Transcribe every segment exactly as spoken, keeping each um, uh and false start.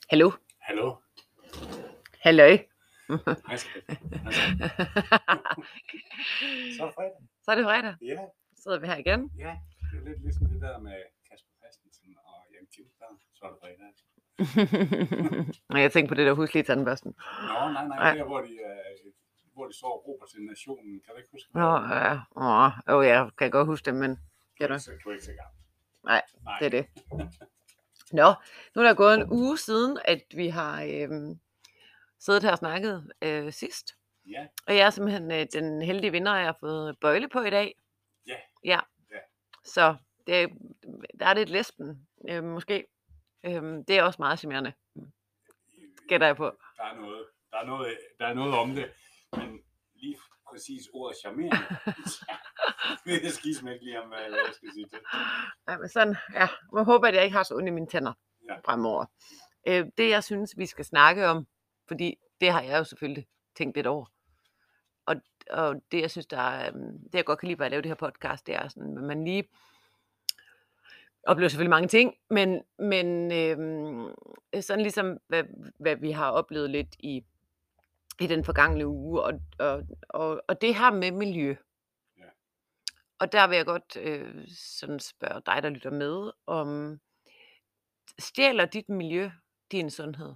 Hallo? Hallo? Halløj. Hej skat. Hej så. Så er det fredag. Så er det fredag. Ja, Så sidder vi her igen. ja. Det er lidt ligesom det der med Kasper Christensen og Jan Kildberg. Så er det fredag. Nej, jeg tænker på det der huslige tandbørsten. Nå, nej, nej. Nej. Det er, hvor de, øh, hvor de står og råber til nationen. Kan du ikke huske det? Nå, ja. Åh, oh, jeg kan godt huske det, men... Du Kan er du? ikke så, du er ikke så gammel. Nej, Nej. det er det. Nå, nu er der gået en uge siden, at vi har øhm, siddet her og snakket øh, sidst. Ja, Og jeg er simpelthen øh, den heldige vinder, jeg har fået bøjle på i dag. ja. Ja. Ja. Så det, er- der er lidt lesben, øh, måske. Øhm, det er også meget charmerende, gætter jeg på. Der er noget, der er noget, der er noget om det. Men lige præcis ordet charmerende. Ja, det skal I ikke lige om, hvad jeg skal sige til. Nej, men sådan, ja. Jeg håber, at jeg ikke har så ondt i mine tænder Ja. fremover. Øh, det, jeg synes, vi skal snakke om, fordi det har jeg jo selvfølgelig tænkt lidt over. Og, og det, jeg synes, der er, øhm, det, jeg godt kan lide ved at lave det her podcast, det er sådan, at man lige oplever selvfølgelig mange ting, men, men øhm, sådan ligesom, hvad, hvad vi har oplevet lidt i, i den forgangne uge, og, og, og, og det her med miljø. Ja. Og der vil jeg godt øh, sådan spørge dig, der lytter med, om stjæler dit miljø din sundhed?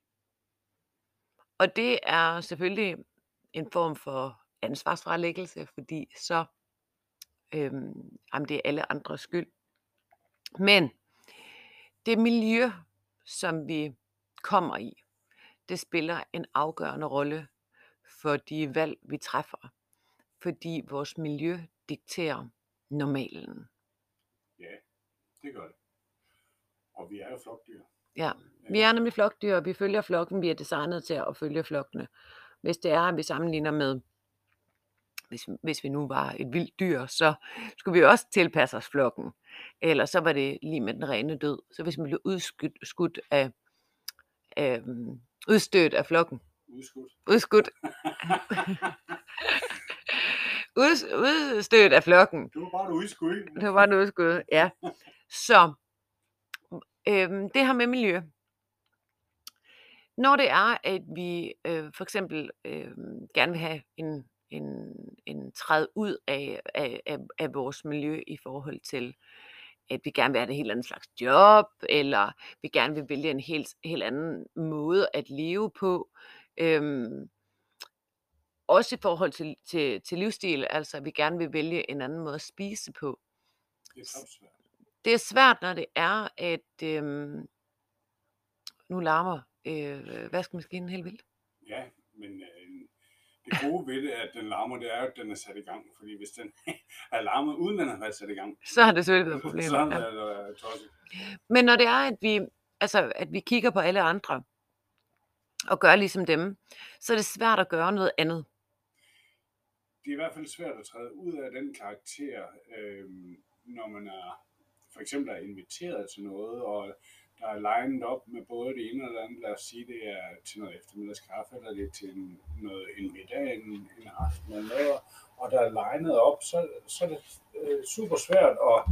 Og det er selvfølgelig en form for ansvarsfralæggelse, fordi så øhm, jamen det er alle andres skyld. Men det miljø, som vi kommer i, det spiller en afgørende rolle for de valg, vi træffer. Fordi vores miljø dikterer normalen. Ja, det gør det. Og vi er jo flokdyr. Ja, vi er nemlig flokdyr, og vi følger flokken. Vi er designet til at følge flokkene. Hvis det er, at vi sammenligner med, hvis, hvis vi nu var et vildt dyr, så skulle vi jo også tilpasse os flokken. Eller så var det lige med den rene død. Så hvis man blev udskudt skudt af, øh, udstødt af flokken. Udskudt. Udskudt. Ud, udstødt af flokken. Du var bare udskudt. Det var bare en udskud, ja. Så øhm, det her med miljø. Når det er, at vi øh, for eksempel øh, gerne vil have en, en, en træd ud af, af, af, af vores miljø i forhold til, at vi gerne vil have et helt andet slags job, eller vi gerne vil vælge en helt, helt anden måde at leve på. Øhm, også i forhold til, til, til livsstil, altså at vi gerne vil vælge en anden måde at spise på. Det er topsvært. Det er svært, når det er, at øhm, nu larmer øh, vaskemaskinen helt vildt. Ja, men øh, det gode ved det, at den larmer, det er jo, at den er sat i gang. Fordi hvis den er larmet, uden den har været sat i gang, Så har det selvfølgelig været problemer. så er Ja. det tosset. Men når det er, at vi, altså, at vi kigger på alle andre og gør ligesom dem, så er det svært at gøre noget andet. Det er i hvert fald svært at træde ud af den karakter, øh, når man er for eksempel er inviteret til noget, og der er legnet op med både det ene og det andet. Lad os sige, det er til noget eftermiddagskaffe, eller det er til en, noget, en middag, en, en aften eller noget, og der er legnet op, så, så er det øh, super svært at,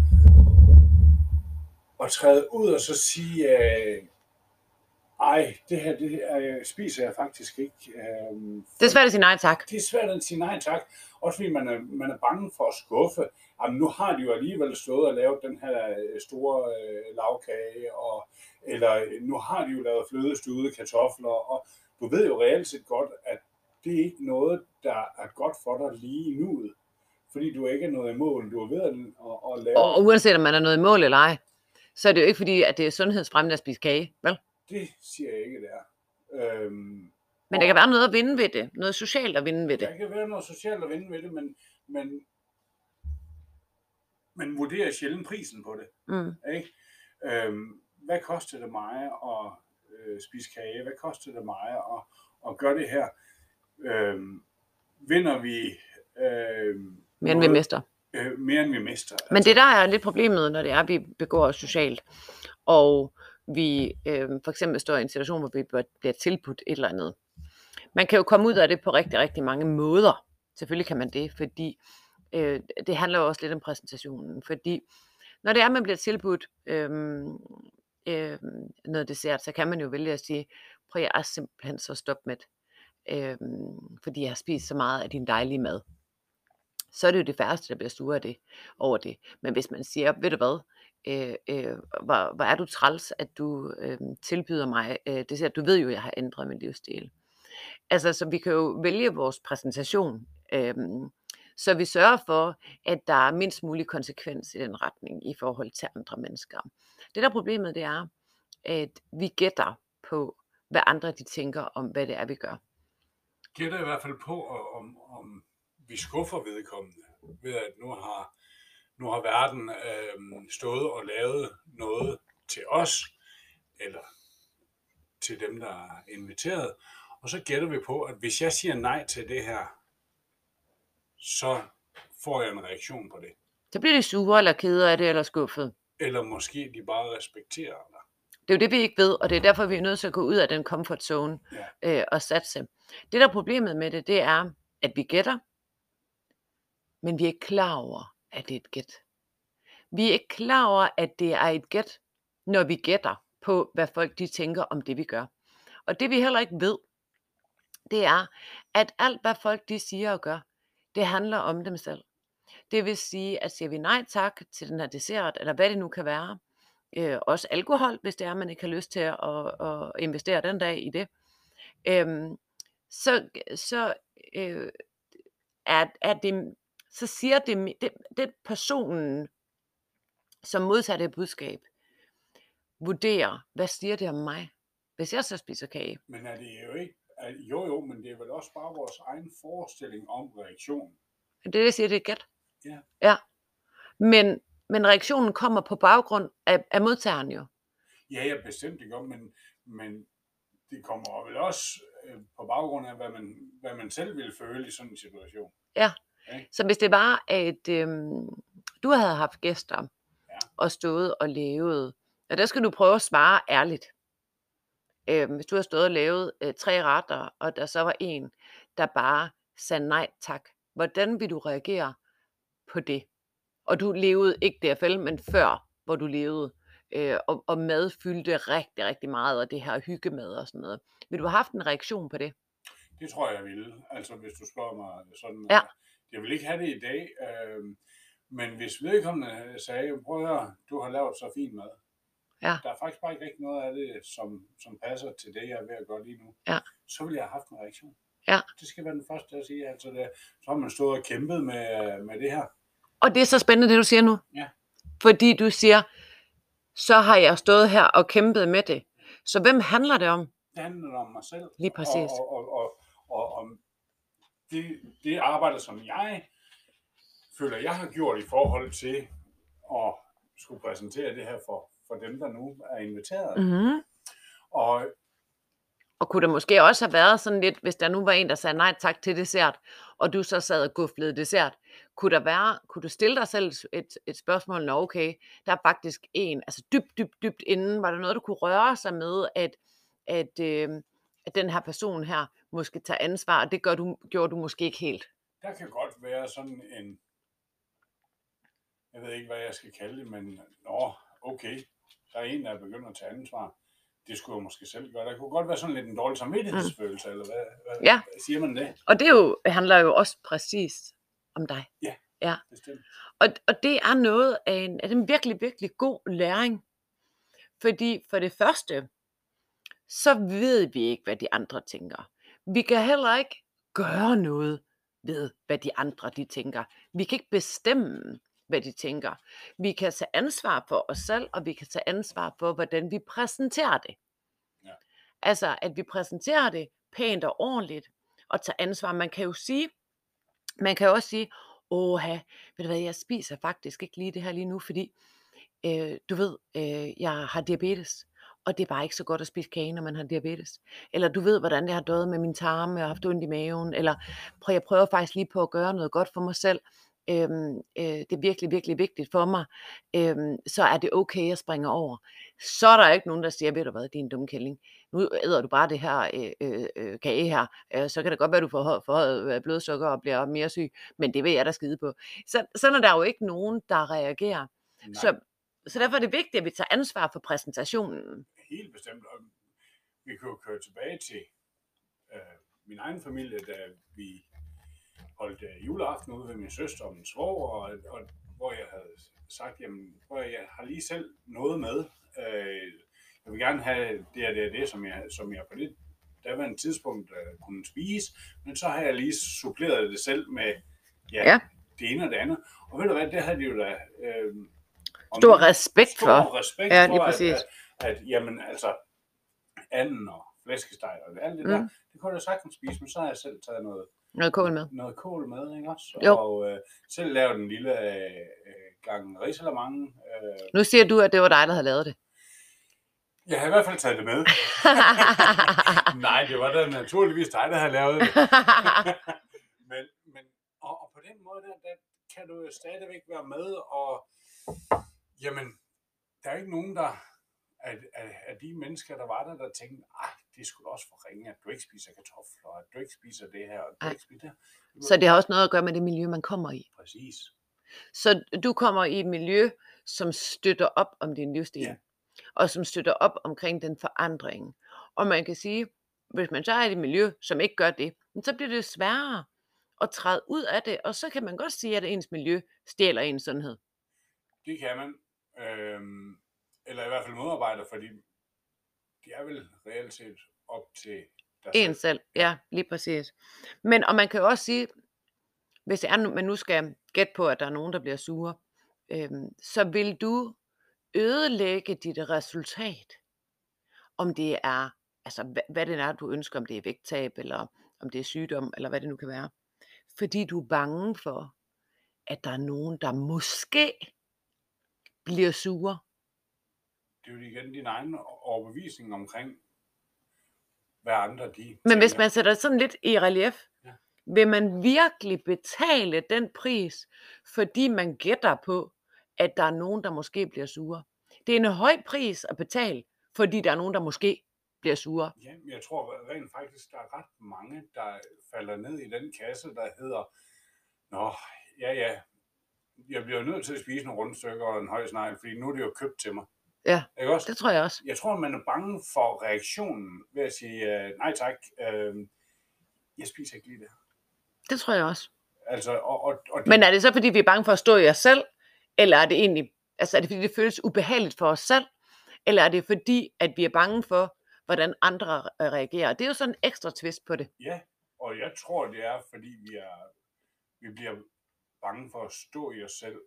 at træde ud og så sige, øh, ej, det her det her, spiser jeg faktisk ikke. Øh, Det er svært at sige nej tak. Det er svært at sige nej tak, også fordi man er, man er bange for at skuffe. Jamen, nu har de jo alligevel stået og lavet den her store øh, lavkage, og, eller nu har de jo lavet flødestuede kartofler, og du ved jo reelt set godt, at det er ikke noget, der er godt for dig lige i nuet, fordi du ikke er noget i mål, du er ved at, at, at lave. Og uanset om man er noget i mål eller ej, så er det jo ikke fordi, at det er sundhedsfremmende at spise kage, vel? Det siger jeg ikke, det er. Øhm, Men der kan være noget at vinde ved det, noget socialt at vinde ved det. Der kan være noget socialt at vinde ved det, men, men man vurderer sjældent prisen på det. Mm. Ikke? Øhm, hvad koster det mig at øh, spise kage? Hvad koster det mig at, at gøre det her? Øhm, vinder vi øh, Mere end vi mister. Øh, mere end vi mister. Men altså, det der er lidt problemet, når det er, at vi begår os socialt, og vi øh, for eksempel står i en situation, hvor vi bliver tilbudt et eller andet. Man kan jo komme ud af det på rigtig, rigtig mange måder. Selvfølgelig kan man det, fordi øh, det handler jo også lidt om præsentationen. Fordi når det er, at man bliver tilbudt øh, øh, noget dessert, så kan man jo vælge at sige, prøv jeg er simpelthen så stopmæt, øh, fordi jeg har spist så meget af din dejlige mad. Så er det jo det færreste, der bliver sure af det, over det. Men hvis man siger, ved du hvad, øh, øh, hvor, hvor er du træls, at du øh, tilbyder mig øh, dessert, du ved jo, jeg har ændret min livsstil. Altså, så vi kan jo vælge vores præsentation, øh, så vi sørger for, at der er mindst mulig konsekvens i den retning i forhold til andre mennesker. Det der problemet, det er, at vi gætter på, hvad andre de tænker om, hvad det er, vi gør. Gætter i hvert fald på, om, om vi skuffer vedkommende, ved at nu har, nu har verden øh, stået og lavet noget til os, eller til dem, der er inviteret, og så gætter vi på, at hvis jeg siger nej til det her, så får jeg en reaktion på det. Så bliver de sure, eller kede af det, eller skuffet. Eller måske de bare respekterer dig. Det er jo det, vi ikke ved, og det er derfor, vi er nødt til at gå ud af den comfort zone Ja. øh, og satse. Det, der er problemet med det, det er, at vi gætter, men vi er ikke klar over, at det er et gæt. Vi er ikke klar over, at det er et gæt, når vi gætter på, hvad folk de tænker om det, vi gør. Og det, vi heller ikke ved, det er, at alt, hvad folk de siger og gør, det handler om dem selv. Det vil sige, at siger vi nej tak til den her dessert, eller hvad det nu kan være, øh, også alkohol, hvis det er, man ikke har lyst til at, at, at investere den dag i det, øh, så, så, øh, er, er det, så siger det, det, det personen, som modtager det budskab, vurderer, hvad siger det om mig, hvis jeg så spiser kage. Men er det jo ikke, er, jo jo, men det er vel også bare vores egen forestilling om reaktionen. Det er det, jeg siger, det er gæt. Ja. Ja. Men, men reaktionen kommer på baggrund af, af modtageren jo. Ja, jeg bestemt ikke om, men, men det kommer vel også øh, på baggrund af, hvad man, hvad man selv vil føle i sådan en situation. Ja, okay? Så hvis det var, at øhm, du havde haft gæster, ja. og stået og lavet, og der skal du prøve at svare ærligt. Øhm, hvis du har stået og lavet øh, tre retter, og der så var en, der bare sagde nej tak, hvordan vil du reagere på det? Og du levede ikke D F L, men før, hvor du levede, øh, og, og mad fyldte rigtig, rigtig meget, og det her hyggemad og sådan noget. Vil du have haft en reaktion på det? Det tror jeg, jeg ville. Altså, hvis du spørger mig sådan. Ja. Jeg vil ikke have det i dag, øh, men hvis vedkommende sagde, prøv at høre, du har lavet så fin mad. Ja. Der er faktisk bare ikke rigtig noget af det, som, som passer til det, jeg er ved at gøre lige nu. Ja. Så ville jeg have haft en reaktion. Ja. Det skal være den første at sige. Altså, det, så har man stået og kæmpet med, med det her. Og det er så spændende, det du siger nu. Ja. Fordi du siger, så har jeg stået her og kæmpet med det. Så hvem handler det om? Det handler om mig selv. Lige præcis. Og, og, og, og, og det, det arbejde, som jeg føler, jeg har gjort i forhold til at skulle præsentere det her for, for dem, der nu er inviteret. Mm-hmm. Og, og kunne der måske også have været sådan lidt, hvis der nu var en, der sagde nej tak til dessert, og du så sad og guflede dessert, kunne der være, kunne du stille dig selv et, et spørgsmål, nå okay, der er faktisk en, altså dybt, dybt, dybt inden, var der noget, du kunne røre sig med, at, at, øh, at den her person her måske tager ansvar, og det gør du, gjorde du måske ikke helt? Der kan godt være sådan en, jeg ved ikke, hvad jeg skal kalde det, men nå, okay, der er en, der er begyndt at tage ansvar. Det skulle jeg måske selv gøre. Der kunne godt være sådan lidt en dårlig samvittighedsfølelse, mm. eller hvad, hvad ja. siger man det? Og det jo, handler jo også præcis om dig. Ja, ja. bestemt. Og, og det er noget af en, af en virkelig, virkelig god læring. Fordi for det første, så ved vi ikke, hvad de andre tænker. Vi kan heller ikke gøre noget ved, hvad de andre de tænker. Vi kan ikke bestemme, hvad de tænker. Vi kan tage ansvar for os selv, og vi kan tage ansvar for, hvordan vi præsenterer det. Ja. Altså, at vi præsenterer det pænt og ordentligt, og tager ansvar. Man kan jo sige, man kan også sige, åha, ved du hvad, jeg spiser faktisk ikke lige det her lige nu, fordi, øh, du ved, øh, jeg har diabetes, og det er bare ikke så godt at spise kage, når man har diabetes. Eller du ved, hvordan jeg har døjet med min tarme, og har haft ondt i maven, eller prøv, jeg prøver faktisk lige på at gøre noget godt for mig selv, Øhm, øh, det er virkelig, virkelig vigtigt for mig, øhm, så er det okay at springe over. Så er der ikke nogen, der siger, ved du hvad, det er en dum kælling. Nu æder du bare det her øh, øh, kage her, øh, så kan det godt være, du får forhøjet blodsukker og bliver mere syg, men det vil jeg da skide på. Så, sådan er der jo ikke nogen, der reagerer. Så, så derfor er det vigtigt, at vi tager ansvar for præsentationen. Helt bestemt. Og vi kan jo køre tilbage til øh, min egen familie, da vi holdt øh, juleaften ude ved min søster og min svoger, og, og hvor jeg havde sagt, jamen, hvor jeg har lige selv noget med. Øh, jeg vil gerne have det og det og det, som jeg, som jeg på det daværende tidspunkt øh, kunne spise, men så har jeg lige suppleret det selv med ja, Ja. det ene og det andet. Og ved du hvad, det havde de jo da øh, Stor respekt stor for. respekt Ja, lige for, præcis. at, at, at jamen, altså, anden og flæskesteg og alt det Mm. der, det kunne jeg sagtens spise, men så har jeg selv taget noget, Noget kål med. noget kål med, ikke også? Jo. Og øh, selv lavet en lille øh, gang risalamande. Øh, Nu siger du, at det var dig, der havde lavet det. jeg har i hvert fald taget det med. Nej, det var da naturligvis dig, der havde lavet det. men, men, og, og på den måde, der, der kan du jo stadigvæk være med, og jamen, der er ikke nogen, der af, af, af de mennesker, der var der, der tænkte, ah, det skulle også for ringe, at du ikke spiser kartofler, at du ikke spiser det her, og du Ej. ikke spiser det her. Så det har også noget at gøre med det miljø, man kommer i. Præcis. Så du kommer i et miljø, som støtter op om din livsstil, Ja. og som støtter op omkring den forandring. Og man kan sige, hvis man så er i et miljø, som ikke gør det, så bliver det sværere at træde ud af det, og så kan man godt sige, at ens miljø stjæler ens sundhed. Det kan man. Øhm, eller i hvert fald modarbejder, fordi det er vel reelt set op til dig En selv, ja, lige præcis. Men, og man kan jo også sige, hvis det er, nu- man nu skal gætte på, at der er nogen, der bliver sure, øhm, så vil du ødelægge dit resultat, om det er, altså hvad, hvad det er, du ønsker, om det er vægttab, eller om det er sygdom, eller hvad det nu kan være. Fordi du er bange for, at der er nogen, der måske bliver sure. Det er jo igen din egen overbevisning omkring, hvad andre de Men hvis tænker. man sætter det sådan lidt i relief, Ja. vil man virkelig betale den pris, fordi man gætter på, at der er nogen, der måske bliver sure. Det er en høj pris at betale, fordi der er nogen, der måske bliver sure. Ja, men jeg tror rent faktisk, der er ret mange, der falder ned i den kasse, der hedder, nå, ja ja, jeg bliver nødt til at spise nogle rundstykker og en høj snegl, fordi nu er det jo købt til mig. Ja, Ikke også? det tror jeg også. Jeg tror, man er bange for reaktionen ved at sige, øh, nej tak, øh, jeg spiser ikke lige det. Det tror jeg også. Altså, og, og, og det, Men er det så, fordi vi er bange for at stå i os selv? Eller er det egentlig, altså er det fordi, det føles ubehageligt for os selv? Eller er det fordi, at vi er bange for, hvordan andre øh, reagerer? Det er jo sådan en ekstra twist på det. ja, og jeg tror, det er, fordi vi, er, vi bliver bange for at stå i os selv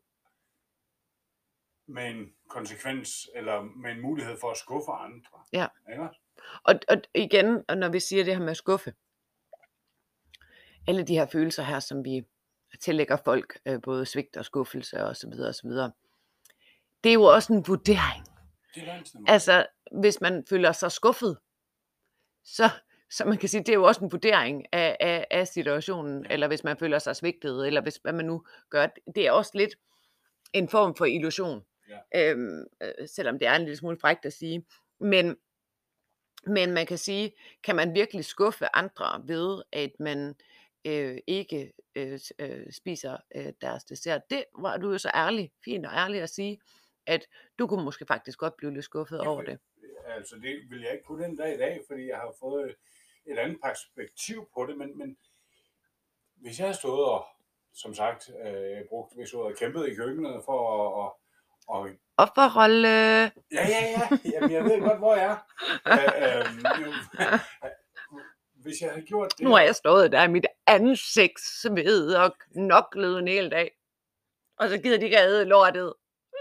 med en konsekvens, eller med en mulighed for at skuffe andre. Ja. Ikke også? Og, og igen, og når vi siger det her med at skuffe, alle de her følelser her, som vi tillægger folk, øh, både svigt og skuffelse og så videre og så videre, det er jo også en vurdering. Det er altid Altså, hvis man føler sig skuffet, så, så man kan sige, det er jo også en vurdering af, af, af situationen, Ja. eller hvis man føler sig svigtet, eller hvis hvad man nu gør, det er også lidt en form for illusion, Ja. øhm, øh, selvom det er en lille smule frækt at sige, men, men man kan sige, kan man virkelig skuffe andre ved, at man øh, ikke øh, s- øh, spiser øh, deres dessert? Det var du jo så ærlig, fint og ærlig at sige, at du kunne måske faktisk godt blive lidt skuffet Ja, over for- det. Altså, det vil jeg ikke kunne den dag i dag, fordi jeg har fået et andet perspektiv på det, men, men hvis jeg har stået og, som sagt, øh, brugt hvis og kæmpet i køkkenet for at, og, og Offerrolle. ja, ja, ja, jamen, jeg ved godt, hvor jeg er. Øh, øh, hvis jeg havde gjort det, Nu har jeg stået der i mit ansigt sved og knoklet en hel dag. Og så gider de ikke æde lortet.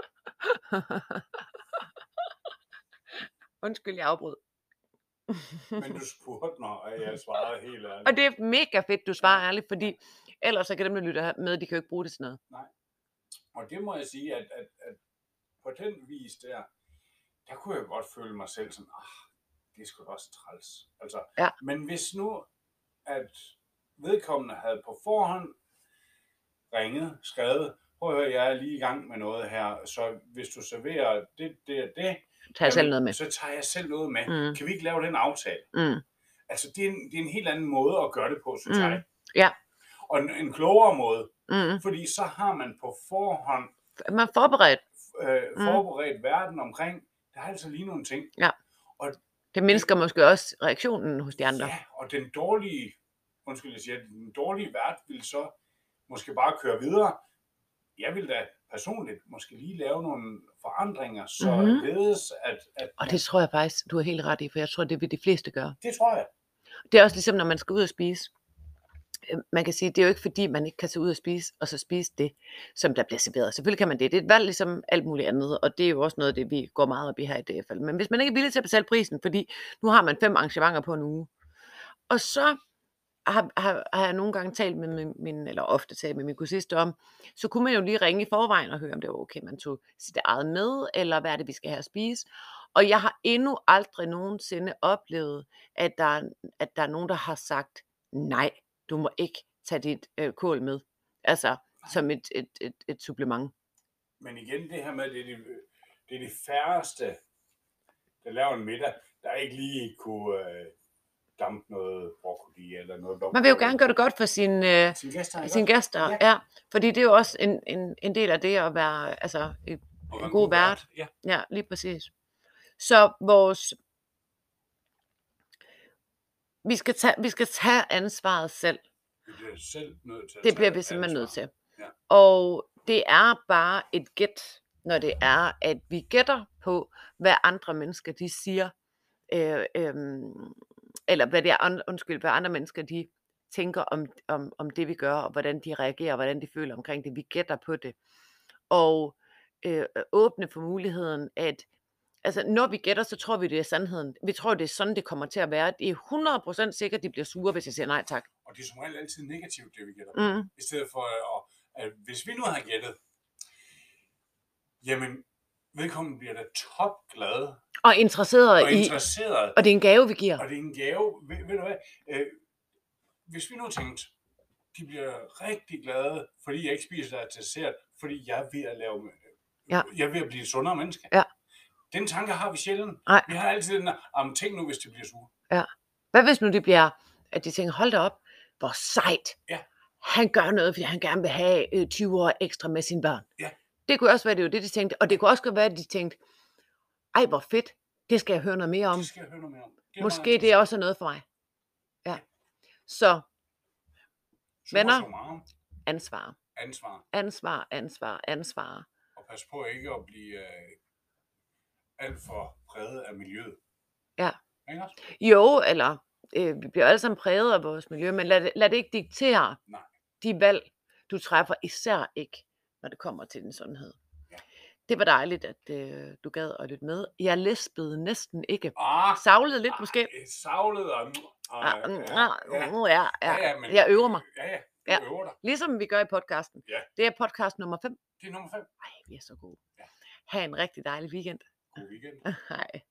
Undskyld, jeg afbrød. men du spurgte mig, og jeg svarede helt ærligt. Og det er mega fedt, du svarer ærligt, fordi ellers så kan dem, der lytter med, de kan jo ikke bruge det til noget. Og det må jeg sige, at, at, at på den vis der, der kunne jeg godt føle mig selv sådan, ah, det er sgu da også træls. Altså, Ja. Men hvis nu, at vedkommende havde på forhånd ringet, skrevet, prøv at høre, jeg er lige i gang med noget her, så hvis du serverer det, det og det, Tag jeg selv noget med. så tager jeg selv noget med. Mm. Kan vi ikke lave den aftale? Mm. Altså, det er, en, det er en helt anden måde at gøre det på, synes Mm. jeg. Ja. Og en, en klogere måde, Mm. fordi så har man på forhånd Man er forberedt. øh, Mm. forberedt verden omkring, der er altså lige nogle ting. Ja. Og Det det, mindsker måske også reaktionen hos de andre. ja, og den dårlige, undskyld jeg siger, den dårlige vært vil så måske bare køre videre. Jeg vil da personligt måske lige lave nogle forandringer, så Mhm. ledes, at, at Og man, det tror jeg faktisk, du har helt ret i, for jeg tror, det vil de fleste gøre. det tror jeg. Det er også ligesom, når man skal ud og spise. Øh, Man kan sige, det er jo ikke fordi, man ikke kan tage ud og spise, og så spise det, som der bliver serveret. Selvfølgelig kan man det. Det er et valg ligesom alt muligt andet, og det er jo også noget af det, vi går meget op i her i D F L. Men hvis man ikke er villig til at betale prisen, fordi nu har man fem arrangementer på en uge, og så har, har, har jeg nogle gange talt med min, min, eller ofte talt med min kursist om, så kunne man jo lige ringe i forvejen og høre, om det var okay, man tog sit eget med, eller hvad er det, vi skal have at spise. Og jeg har endnu aldrig nogensinde oplevet, at der, er- at der er nogen, der har sagt, nej, du må ikke tage dit øh, kål med. Altså, som et, et, et, et supplement. Men igen, det her med, det er de, det er de færreste, der laver en middag, der ikke lige kunne øh, dampe noget broccoli eller noget. Man vil jo gerne gøre det godt for sine, øh, Sine gæster, ikke sine også? gæster, Ja. ja. Fordi det er jo også en, en, en del af det at være altså, et, Og en være god vært. Ja. Ja, lige præcis. Så vores, vi skal tage, vi skal tage ansvaret selv. Vi bliver selv nødt til at Det bliver tage vi simpelthen ansvar. nødt til. Ja. Og det er bare et gæt, når det er, at vi gætter på, hvad andre mennesker de siger, øh, øh, eller hvad det er, und- undskyld, hvad andre mennesker de tænker om, om, om det, vi gør, og hvordan de reagerer, og hvordan de føler omkring det. Vi gætter på det. Og øh, åbne for muligheden, at altså, når vi gætter, så tror vi, det er sandheden. Vi tror, det er sådan, det kommer til at være. Det er hundrede procent sikkert, de bliver sure, hvis jeg siger nej tak. Og det er som regel altid negativt, det vi gætter. Mm. I stedet for, at, at hvis vi nu har gættet, jamen, vedkommende bliver da topglad Og interesseret og i, interesseret. og det er en gave, vi giver. Og det er en gave. Ved, ved du hvad? Øh, hvis vi nu tænkte, de bliver rigtig glade, fordi jeg ikke spiser deres dessert, fordi jeg er ved at lave, Ja. jeg er ved at blive et sundere menneske. Ja. Den tanke har vi sjældent. Nej. Vi har altid den der, om tænk nu, hvis de bliver sure. Ja. Hvad hvis nu det bliver, at de tænker, hold da op, hvor sejt. Ja. Han gør noget, fordi han gerne vil have øh, tyve år ekstra med sine børn. Ja. Det kunne også være, det var det, de tænkte. Og det kunne også godt være, at de tænkte, ej, hvor fedt. Det skal jeg høre noget mere om. Det skal jeg høre noget mere om. Det er Måske det også er noget for mig. Ja. Så venner. venner. ansvar. Ansvar. Ansvar, ansvar, ansvar. Og pas på ikke at blive øh, alt for præget af miljøet. Ja. Ikke også? Jo, eller øh, vi bliver alle sammen præget af vores miljø, men lad det, lad det ikke diktere Nej. de valg, du træffer, især ikke, når det kommer til din sundhed. Ja. Det var dejligt, at øh, du gad at lytte med. Jeg læspede næsten ikke. Ah, Savlede lidt ah, måske. Savlet og... Ah, og mm, ja, ah, ja. mm, ja, ja. Ja, ja, men, Jeg øver mig. Ja, ja. Du Ja. øver dig. Ligesom vi gør i podcasten. Ja. Det er podcast nummer fem. Det er nummer fem. Ej, vi er så gode. Ja. Ha' en rigtig dejlig weekend. God weekend. Hej.